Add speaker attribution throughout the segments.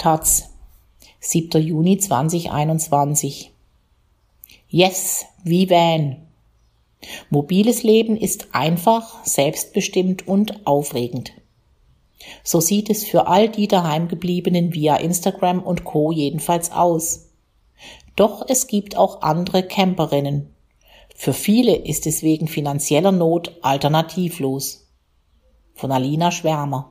Speaker 1: taz, 7. Juni 2021. Yes, wie Van. Mobiles Leben ist einfach, selbstbestimmt und aufregend. So sieht es für all die Daheimgebliebenen via Instagram und Co. jedenfalls aus. Doch es gibt auch andere Camperinnen. Für viele ist es wegen finanzieller Not alternativlos. Von Alina Schwärmer.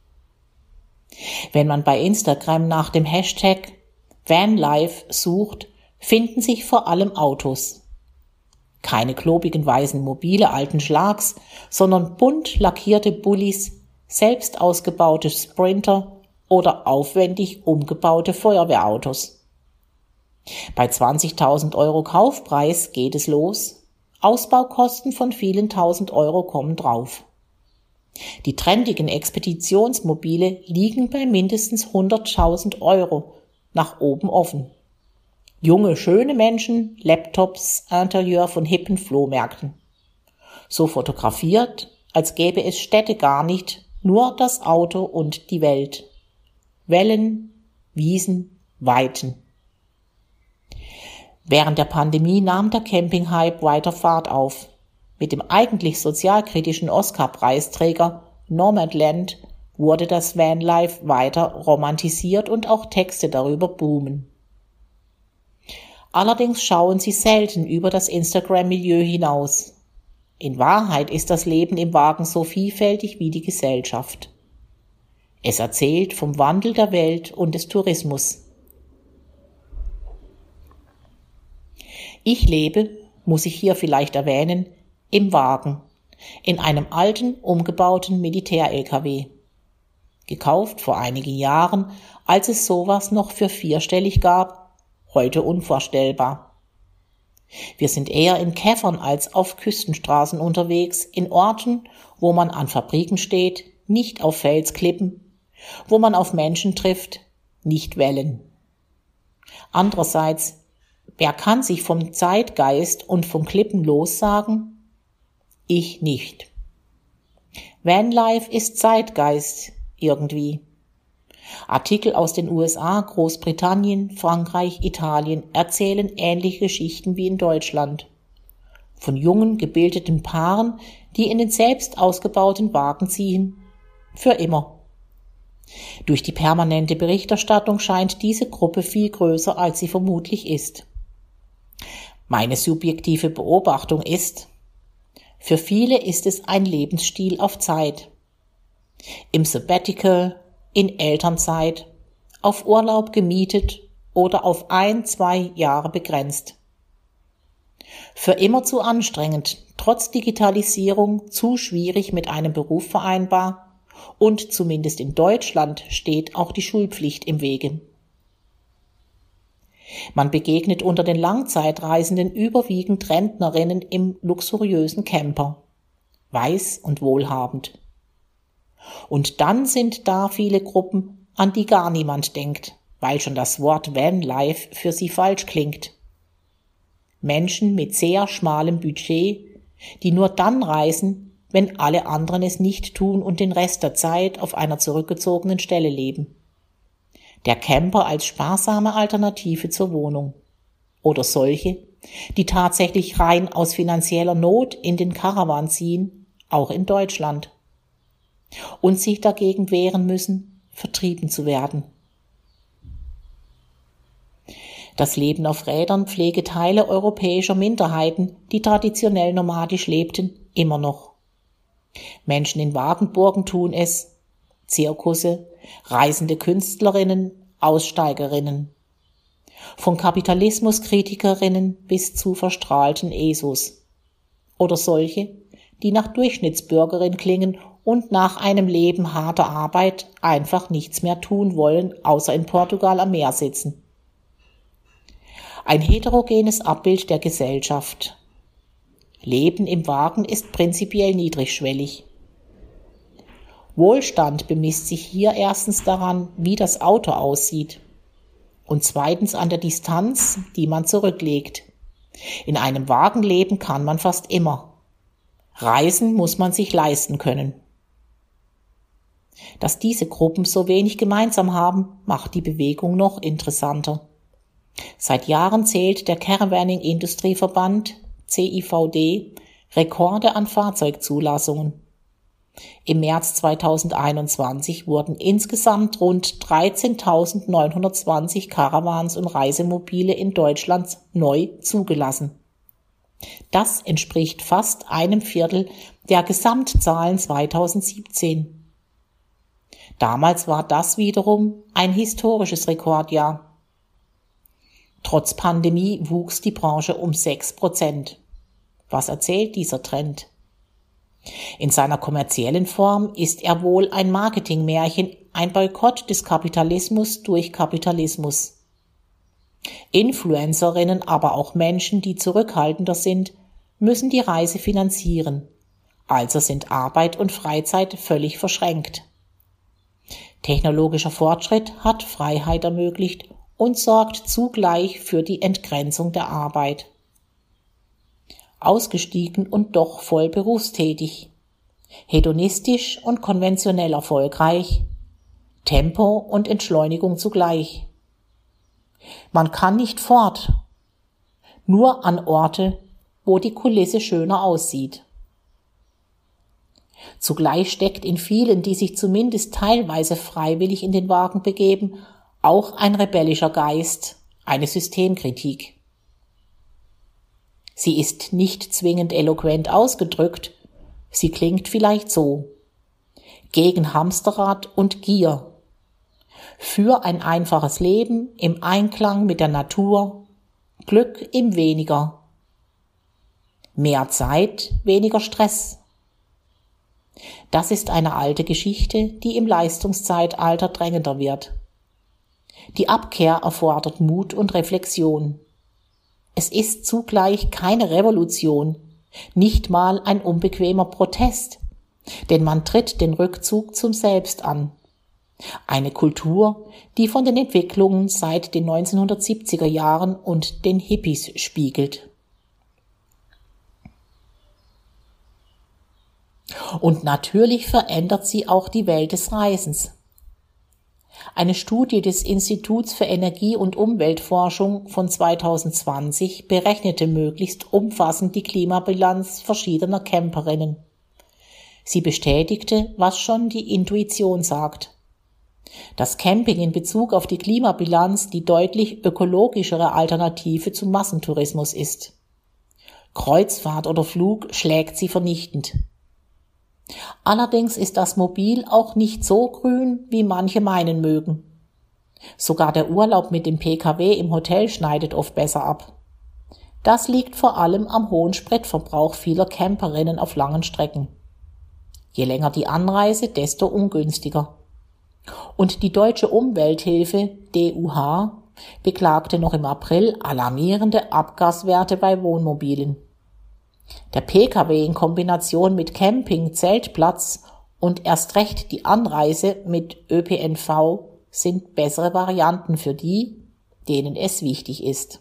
Speaker 1: Wenn man bei Instagram nach dem Hashtag Vanlife sucht, finden sich vor allem Autos. Keine klobigen weißen Mobile alten Schlags, sondern bunt lackierte Bullis, selbst ausgebaute Sprinter oder aufwendig umgebaute Feuerwehrautos. Bei 20.000 Euro Kaufpreis geht es los. Ausbaukosten von vielen tausend Euro kommen drauf. Die trendigen Expeditionsmobile liegen bei mindestens 100.000 Euro, nach oben offen. Junge, schöne Menschen, Laptops, Interieur von hippen Flohmärkten. So fotografiert, als gäbe es Städte gar nicht, nur das Auto und die Welt. Wellen, Wiesen, Weiten. Während der Pandemie nahm der Camping-Hype weiter Fahrt auf. Mit dem eigentlich sozialkritischen Oscar-Preisträger Nomadland wurde das Vanlife weiter romantisiert und auch Texte darüber boomen. Allerdings schauen sie selten über das Instagram-Milieu hinaus. In Wahrheit ist das Leben im Wagen so vielfältig wie die Gesellschaft. Es erzählt vom Wandel der Welt und des Tourismus. Ich lebe, muss ich hier vielleicht erwähnen, im Wagen, in einem alten, umgebauten Militär-LKW. Gekauft vor einigen Jahren, als es sowas noch für vierstellig gab, heute unvorstellbar. Wir sind eher in Käffern als auf Küstenstraßen unterwegs, in Orten, wo man an Fabriken steht, nicht auf Felsklippen, wo man auf Menschen trifft, nicht Wellen. Andererseits, wer kann sich vom Zeitgeist und vom Klippen lossagen? Ich nicht. Vanlife ist Zeitgeist irgendwie. Artikel aus den USA, Großbritannien, Frankreich, Italien erzählen ähnliche Geschichten wie in Deutschland. Von jungen, gebildeten Paaren, die in den selbst ausgebauten Wagen ziehen. Für immer. Durch die permanente Berichterstattung scheint diese Gruppe viel größer, als sie vermutlich ist. Meine subjektive Beobachtung ist, für viele ist es ein Lebensstil auf Zeit. Im Sabbatical, in Elternzeit, auf Urlaub gemietet oder auf 1-2 Jahre begrenzt. Für immer zu anstrengend, trotz Digitalisierung zu schwierig mit einem Beruf vereinbar und zumindest in Deutschland steht auch die Schulpflicht im Wege. Man begegnet unter den Langzeitreisenden überwiegend Rentnerinnen im luxuriösen Camper, weiß und wohlhabend. Und dann sind da viele Gruppen, an die gar niemand denkt, weil schon das Wort Vanlife für sie falsch klingt. Menschen mit sehr schmalem Budget, die nur dann reisen, wenn alle anderen es nicht tun und den Rest der Zeit auf einer zurückgezogenen Stelle leben. Der Camper als sparsame Alternative zur Wohnung. Oder solche, die tatsächlich rein aus finanzieller Not in den Caravan ziehen, auch in Deutschland. Und sich dagegen wehren müssen, vertrieben zu werden. Das Leben auf Rädern pflege Teile europäischer Minderheiten, die traditionell nomadisch lebten, immer noch. Menschen in Wagenburgen tun es, Zirkusse, reisende Künstlerinnen, Aussteigerinnen. Von Kapitalismuskritikerinnen bis zu verstrahlten ESOs. Oder solche, die nach Durchschnittsbürgerin klingen und nach einem Leben harter Arbeit einfach nichts mehr tun wollen, außer in Portugal am Meer sitzen. Ein heterogenes Abbild der Gesellschaft. Leben im Wagen ist prinzipiell niedrigschwellig. Wohlstand bemisst sich hier erstens daran, wie das Auto aussieht, und zweitens an der Distanz, die man zurücklegt. In einem Wagen leben kann man fast immer. Reisen muss man sich leisten können. Dass diese Gruppen so wenig gemeinsam haben, macht die Bewegung noch interessanter. Seit Jahren zählt der Caravaning-Industrieverband CIVD Rekorde an Fahrzeugzulassungen. Im März 2021 wurden insgesamt rund 13.920 Caravans und Reisemobile in Deutschland neu zugelassen. Das entspricht fast einem Viertel der Gesamtzahlen 2017. Damals war das wiederum ein historisches Rekordjahr. Trotz Pandemie wuchs die Branche um 6%. Was erzählt dieser Trend? In seiner kommerziellen Form ist er wohl ein Marketingmärchen, ein Boykott des Kapitalismus durch Kapitalismus. Influencerinnen, aber auch Menschen, die zurückhaltender sind, müssen die Reise finanzieren. Also sind Arbeit und Freizeit völlig verschränkt. Technologischer Fortschritt hat Freiheit ermöglicht und sorgt zugleich für die Entgrenzung der Arbeit. Ausgestiegen und doch voll berufstätig. Hedonistisch und konventionell erfolgreich. Tempo und Entschleunigung zugleich. Man kann nicht fort. Nur an Orte, wo die Kulisse schöner aussieht. Zugleich steckt in vielen, die sich zumindest teilweise freiwillig in den Wagen begeben, auch ein rebellischer Geist, eine Systemkritik. Sie ist nicht zwingend eloquent ausgedrückt, sie klingt vielleicht so: gegen Hamsterrad und Gier, für ein einfaches Leben im Einklang mit der Natur, Glück im Weniger, mehr Zeit, weniger Stress. Das ist eine alte Geschichte, die im Leistungszeitalter drängender wird. Die Abkehr erfordert Mut und Reflexion. Es ist zugleich keine Revolution, nicht mal ein unbequemer Protest, denn man tritt den Rückzug zum Selbst an. Eine Kultur, die von den Entwicklungen seit den 1970er Jahren und den Hippies spiegelt. Und natürlich verändert sie auch die Welt des Reisens. Eine Studie des Instituts für Energie- und Umweltforschung von 2020 berechnete möglichst umfassend die Klimabilanz verschiedener Camperinnen. Sie bestätigte, was schon die Intuition sagt: dass Camping in Bezug auf die Klimabilanz die deutlich ökologischere Alternative zum Massentourismus ist. Kreuzfahrt oder Flug schlägt sie vernichtend. Allerdings ist das Mobil auch nicht so grün, wie manche meinen mögen. Sogar der Urlaub mit dem Pkw im Hotel schneidet oft besser ab. Das liegt vor allem am hohen Spritverbrauch vieler Camperinnen auf langen Strecken. Je länger die Anreise, desto ungünstiger. Und die Deutsche Umwelthilfe, DUH, beklagte noch im April alarmierende Abgaswerte bei Wohnmobilen. Der Pkw in Kombination mit Camping, Zeltplatz und erst recht die Anreise mit ÖPNV sind bessere Varianten für die, denen es wichtig ist.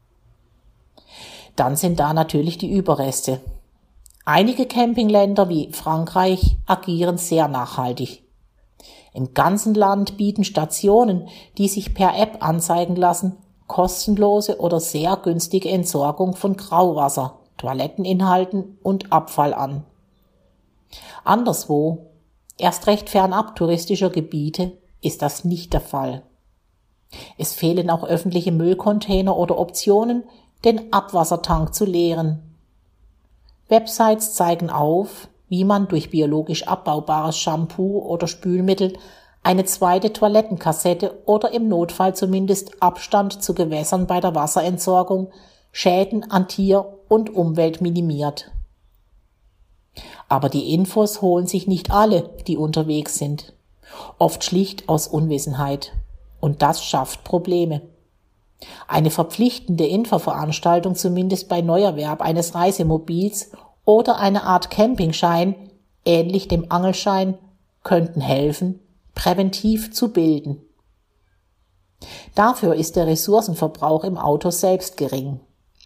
Speaker 1: Dann sind da natürlich die Überreste. Einige Campingländer wie Frankreich agieren sehr nachhaltig. Im ganzen Land bieten Stationen, die sich per App anzeigen lassen, kostenlose oder sehr günstige Entsorgung von Grauwasser, Toiletteninhalten und Abfall an. Anderswo, erst recht fernab touristischer Gebiete, ist das nicht der Fall. Es fehlen auch öffentliche Müllcontainer oder Optionen, den Abwassertank zu leeren. Websites zeigen auf, wie man durch biologisch abbaubares Shampoo oder Spülmittel eine zweite Toilettenkassette oder im Notfall zumindest Abstand zu Gewässern bei der Wasserentsorgung, Schäden an Tier und Umwelt minimiert. Aber die Infos holen sich nicht alle, die unterwegs sind. Oft schlicht aus Unwissenheit. Und das schafft Probleme. Eine verpflichtende Infoveranstaltung zumindest bei Neuerwerb eines Reisemobils oder eine Art Campingschein, ähnlich dem Angelschein, könnten helfen, präventiv zu bilden. Dafür ist der Ressourcenverbrauch im Auto selbst gering.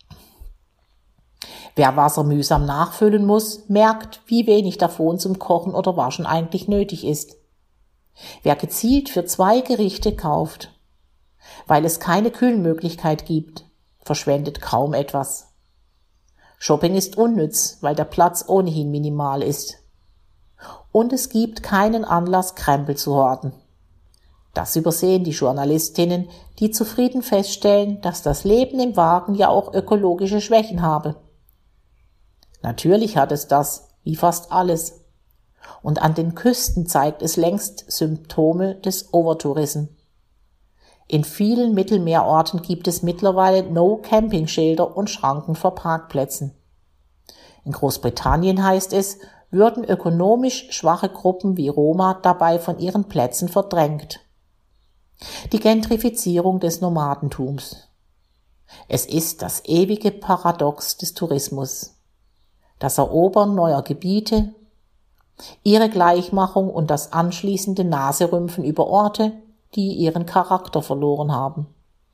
Speaker 1: Wer Wasser mühsam nachfüllen muss, merkt, wie wenig davon zum Kochen oder Waschen eigentlich nötig ist. Wer gezielt für 2 Gerichte kauft, weil es keine Kühlmöglichkeit gibt, verschwendet kaum etwas. Shopping ist unnütz, weil der Platz ohnehin minimal ist. Und es gibt keinen Anlass, Krempel zu horten. Das übersehen die Journalistinnen, die zufrieden feststellen, dass das Leben im Wagen ja auch ökologische Schwächen habe. Natürlich hat es das, wie fast alles. Und an den Küsten zeigt es längst Symptome des Overtourism. In vielen Mittelmeerorten gibt es mittlerweile No-Camping-Schilder und Schranken vor Parkplätzen. In Großbritannien heißt es, würden ökonomisch schwache Gruppen wie Roma dabei von ihren Plätzen verdrängt. Die Gentrifizierung des Nomadentums. Es ist das ewige Paradox des Tourismus. Das Erobern neuer Gebiete, ihre Gleichmachung und das anschließende Naserümpfen über Orte, die ihren Charakter verloren haben.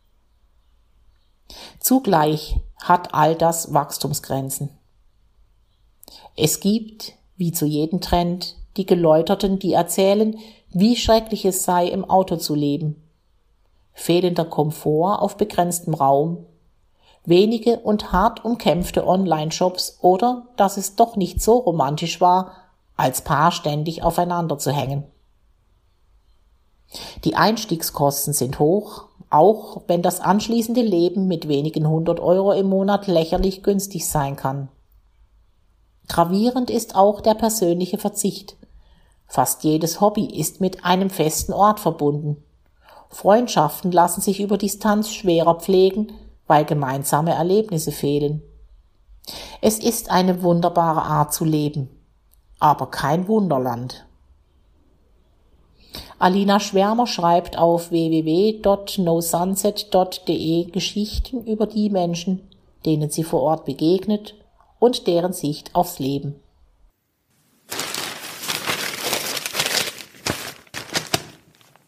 Speaker 1: Zugleich hat all das Wachstumsgrenzen. Es gibt, wie zu jedem Trend, die Geläuterten, die erzählen, wie schrecklich es sei, im Auto zu leben. Fehlender Komfort auf begrenztem Raum, wenige und hart umkämpfte Online-Shops oder dass es doch nicht so romantisch war, als Paar ständig aufeinander zu hängen. Die Einstiegskosten sind hoch, auch wenn das anschließende Leben mit wenigen 100 € im Monat lächerlich günstig sein kann. Gravierend ist auch der persönliche Verzicht. Fast jedes Hobby ist mit einem festen Ort verbunden. Freundschaften lassen sich über Distanz schwerer pflegen, weil gemeinsame Erlebnisse fehlen. Es ist eine wunderbare Art zu leben, aber kein Wunderland. Alina Schwärmer schreibt auf www.nosunset.de Geschichten über die Menschen, denen sie vor Ort begegnet und deren Sicht aufs Leben.